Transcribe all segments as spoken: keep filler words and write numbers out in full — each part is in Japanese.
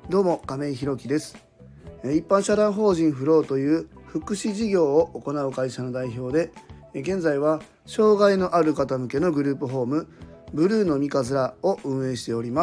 どうも亀井ひろきです。一般社団法人フローという福祉事業を行う会社の代表で、現在は障害のある方向けのグループホームブルーの三日面を運営しております。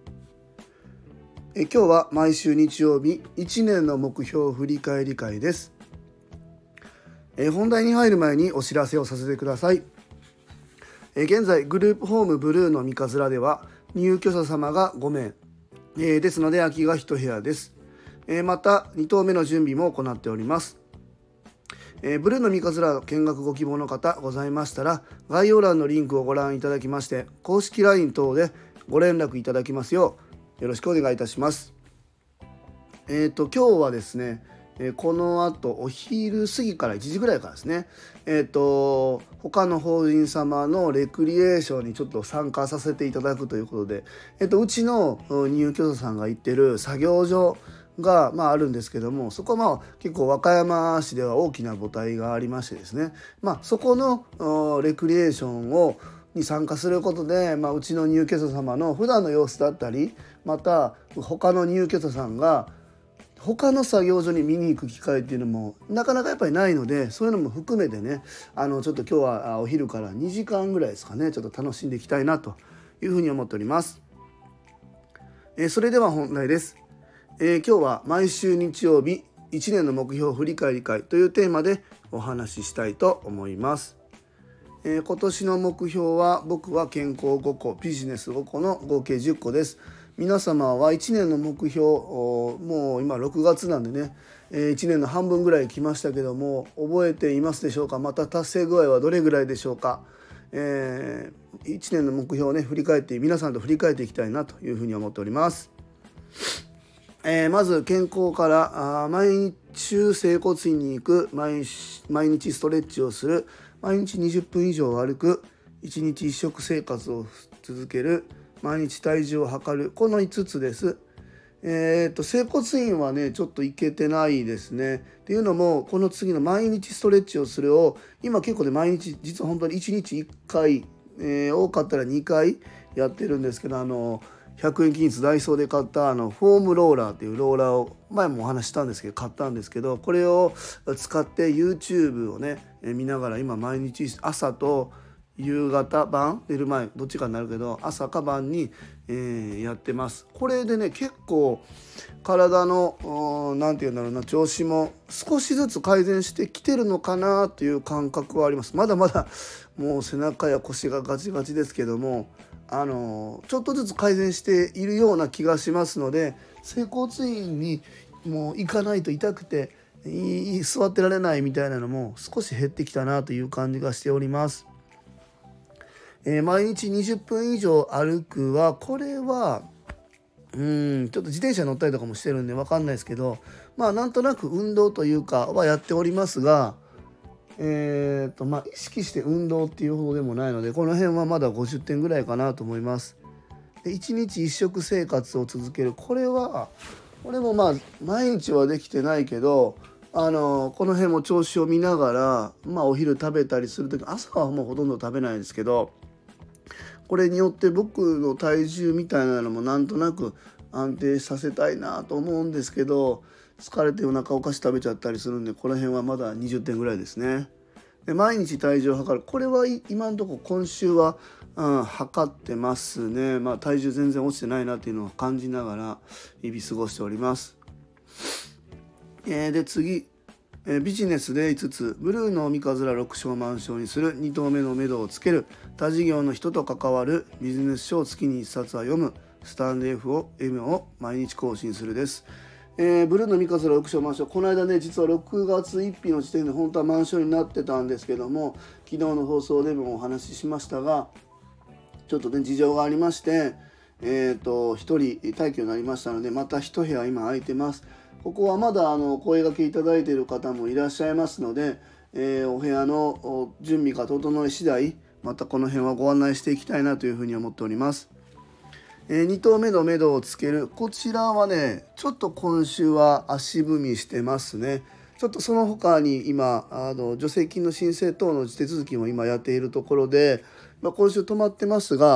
今日は毎週日曜日いちねんの目標振り返り会です。本題に入る前にお知らせをさせてください。現在グループホームブルーの三日面では入居者様がごめい、えー、ですので空きがいち部屋です。えー、またに棟目の準備も行っております。えー、ブルーの三日面見学ご希望の方ございましたら、概要欄のリンクをご覧いただきまして、公式 ライン 等でご連絡いただきますようよろしくお願いいたします。えーと今日はですね、この後お昼過ぎからいちじぐらいからですね、えーと他の法人様のレクリエーションにちょっと参加させていただくということで、えーとうちの入居者さんが行ってる作業所が、まあ、あるんですけども、そこはまあ結構和歌山市では大きな母体がありましてですね、まあ、そこのレクリエーションをに参加することで、まあ、うちの入居者様の普段の様子だったり、また他の入居者さんが他の作業所に見に行く機会っていうのもなかなかやっぱりないので、そういうのも含めてね、あのちょっと今日はお昼からにじかんぐらいですかね、ちょっと楽しんでいきたいなというふうに思っております。えー、それでは本題です。えー、今日は毎週日曜日いちねんの目標振り返り会というテーマでお話ししたいと思います。えー、今年の目標は、僕は健康ごこ、ビジネスごこの合計じゅっこです。皆様はいちねんの目標、もう今ろくがつなんでね、いちねんの半分ぐらい来ましたけども、覚えていますでしょうか。また達成具合はどれぐらいでしょうか。えー、いちねんの目標をね振り返って皆さんと振り返っていきたいなというふうに思っております。えー、まず健康から、あ毎週整骨院に行く、毎毎日ストレッチをする、毎日にじゅっぷん以上歩く、いちにちいっ食生活を続ける、毎日体重を測る、このいつつです。えーと整骨院はねちょっと行けてないですね。っていうのも、この次の毎日ストレッチをするを今結構ね毎日実は本当にいちにちいっかい、えー、多かったらにかいやってるんですけど、あのひゃくえん均一ダイソーで買ったあのフォームローラーっていうローラーを前もお話したんですけど買ったんですけど、これを使って YouTube をね見ながら今毎日朝と夕方晩寝る前どっちかになるけど、朝か晩に、えー、やってます。これでね結構体のなんていうんだろうな調子も少しずつ改善してきてるのかなという感覚はあります。まだまだもう背中や腰がガチガチですけども、あのちょっとずつ改善しているような気がしますので、整骨院にもう行かないと痛くて座ってられないみたいなのも少し減ってきたなという感じがしております。えー、毎日にじゅっぷん以上歩くは、これはうんちょっと自転車乗ったりとかもしてるんで分かんないですけど、まあなんとなく運動というかはやっておりますが、えーとまあ、意識して運動っていうほどでもないので、この辺はまだごじゅってんぐらいかなと思います。でいちにちいっ食生活を続ける、これはこれもまあ毎日はできてないけど、あのこの辺も調子を見ながら、まあ、お昼食べたりする時、朝はもうほとんど食べないですけど、これによって僕の体重みたいなのもなんとなく安定させたいなと思うんですけど、疲れてお腹お菓子食べちゃったりするんで、この辺はまだにじゅってんぐらいですね。で毎日体重を測る、これは今のところ今週は、うん、測ってますね。まあ体重全然落ちてないなっていうのを感じながら日々過ごしております。えー、で次、えー、ビジネスでいつつ、ブルーの三日面ろくしょう満床にする、に棟目の目処をつける、他事業の人と関わる、ビジネス書を月にいっさつは読む、スタンド エフ を エム を毎日更新するです。えー、ブルーの三日面ろくしょう満床、この間ね実はろくがつついたちの時点で本当は満床になってたんですけども、昨日の放送でもお話ししましたが、ちょっとね事情がありまして、えーとひとり退去になりましたので、またいち部屋今空いてます。ここはまだあの声掛けいただいている方もいらっしゃいますので、えー、お部屋の準備が整い次第またこの辺はご案内していきたいなというふうに思っております。えー、に棟目の目処をつける、こちらはねちょっと今週は足踏みしてますね。ちょっとその他に今あの助成金の申請等の手続きも今やっているところで、まあ、今週止まってますが、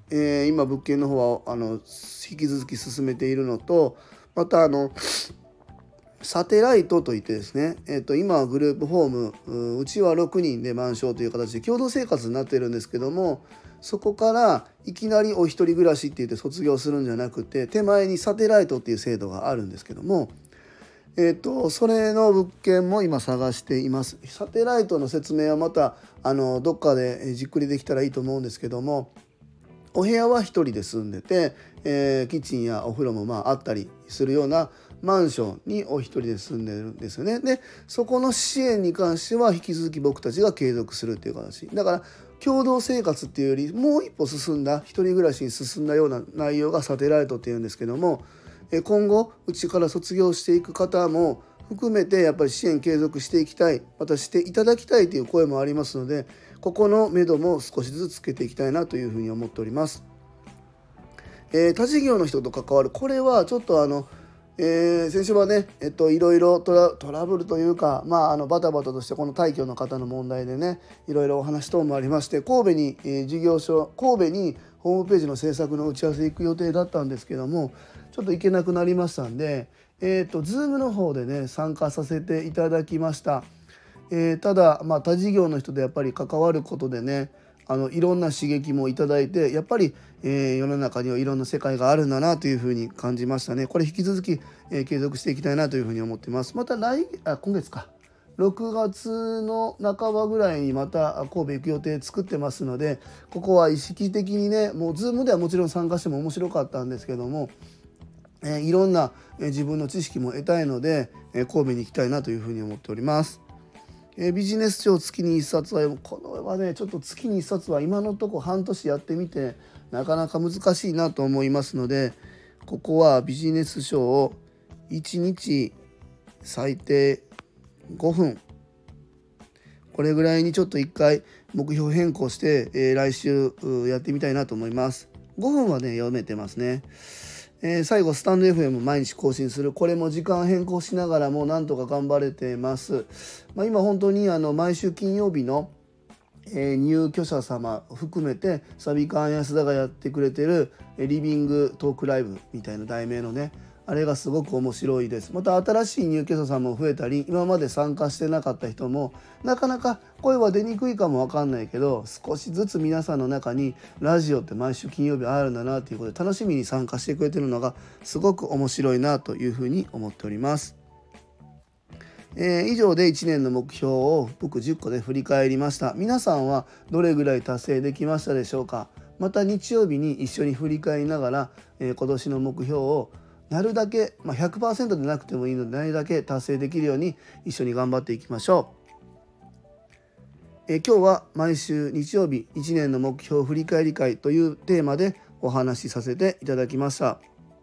えー、今物件の方はあの引き続き進めているのと、またあのサテライトといってですね、えー、と今はグループホーム う, うちはろくにんでマンションという形で共同生活になっているんですけども、そこからいきなりお一人暮らしって言って卒業するんじゃなくて、手前にサテライトっていう制度があるんですけども、えー、とそれの物件も今探しています。サテライトの説明はまたあのどっかでじっくりできたらいいと思うんですけども、お部屋は一人で住んでて、えー、キッチンやお風呂もまああったりするようなマンションにお一人で住んでるんですよね。でそこの支援に関しては引き続き僕たちが継続するっていう形だから、共同生活っていうよりもう一歩進んだ一人暮らしに進んだような内容がサテライトっていうんですけども、今後うちから卒業していく方も含めてやっぱり支援継続していきたい、またしていただきたいという声もありますので、ここの目処も少しずつつけていきたいなというふうに思っております。えー、他事業の人と関わる、これはちょっとあの、えー、先週はね、えっと、いろいろトラ、トラブルというか、まあ、あのバタバタとしてこの退去の方の問題でね、いろいろお話等もありまして、神戸に、えー、事業所神戸にホームページの制作の打ち合わせ行く予定だったんですけども、ちょっと行けなくなりましたんで、えーと、Zoom の方でね参加させていただきました。えー、ただ、まあ、他事業の人でやっぱり関わることでね、あのいろんな刺激もいただいて、やっぱり、えー、世の中にはいろんな世界があるんだなというふうに感じましたね。これ引き続き、えー、継続していきたいなというふうに思っています。また来あ今月かろくがつの半ばぐらいにまた神戸行く予定作ってますので、ここは意識的にね、もう Zoom ではもちろん参加しても面白かったんですけども、えー、いろんな、えー、自分の知識も得たいので、えー、神戸に行きたいなというふうに思っております。えー、ビジネス書月にいっさつは、これはねちょっと月にいっさつは今のところ半年やってみてなかなか難しいなと思いますので、ここはビジネス書をいちにち最低ごふん、これぐらいにちょっといっかい目標変更して、えー、来週やってみたいなと思います。ごふんはね読めてますね。えー、最後スタンド エフエム 毎日更新する、これも時間変更しながらもなんとか頑張れてます。まあ、今本当にあの毎週金曜日の、えー、入居者様含めてサビカン安田がやってくれてるリビングトークライブみたいな題名のね、あれがすごく面白いです。また新しい入居者さんも増えたり、今まで参加してなかった人もなかなか声は出にくいかもわかんないけど、少しずつ皆さんの中にラジオって毎週金曜日あるんだなということで楽しみに参加してくれてるのがすごく面白いなというふうに思っております。えー、以上でいちねんの目標を僕じゅっこで振り返りました。皆さんはどれぐらい達成できましたでしょうか。また日曜日に一緒に振り返りながら、えー、今年の目標をなるだけ、まあ、ひゃくパーセント でなくてもいいので、なるだけ達成できるように一緒に頑張っていきましょう。えー、今日は毎週日曜日いちねんの目標振り返り会というテーマでお話しさせていただきました。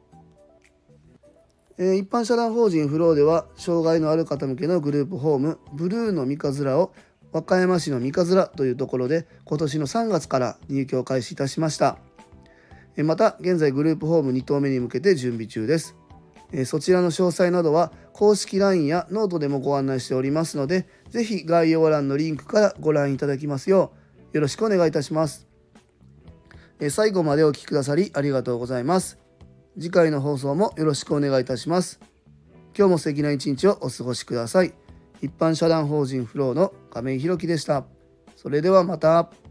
えー、一般社団法人フローでは障害のある方向けのグループホームブルーの三日面を和歌山市の三日面というところで今年のさんがつから入居を開始いたしました。また現在グループホームに棟目に向けて準備中です。そちらの詳細などは公式 ライン やノートでもご案内しておりますので、ぜひ概要欄のリンクからご覧いただきますようよろしくお願いいたします。最後までお聞きくださりありがとうございます。次回の放送もよろしくお願いいたします。今日も素敵な一日をお過ごしください。一般社団法人フローの亀井宏樹でした。それではまた。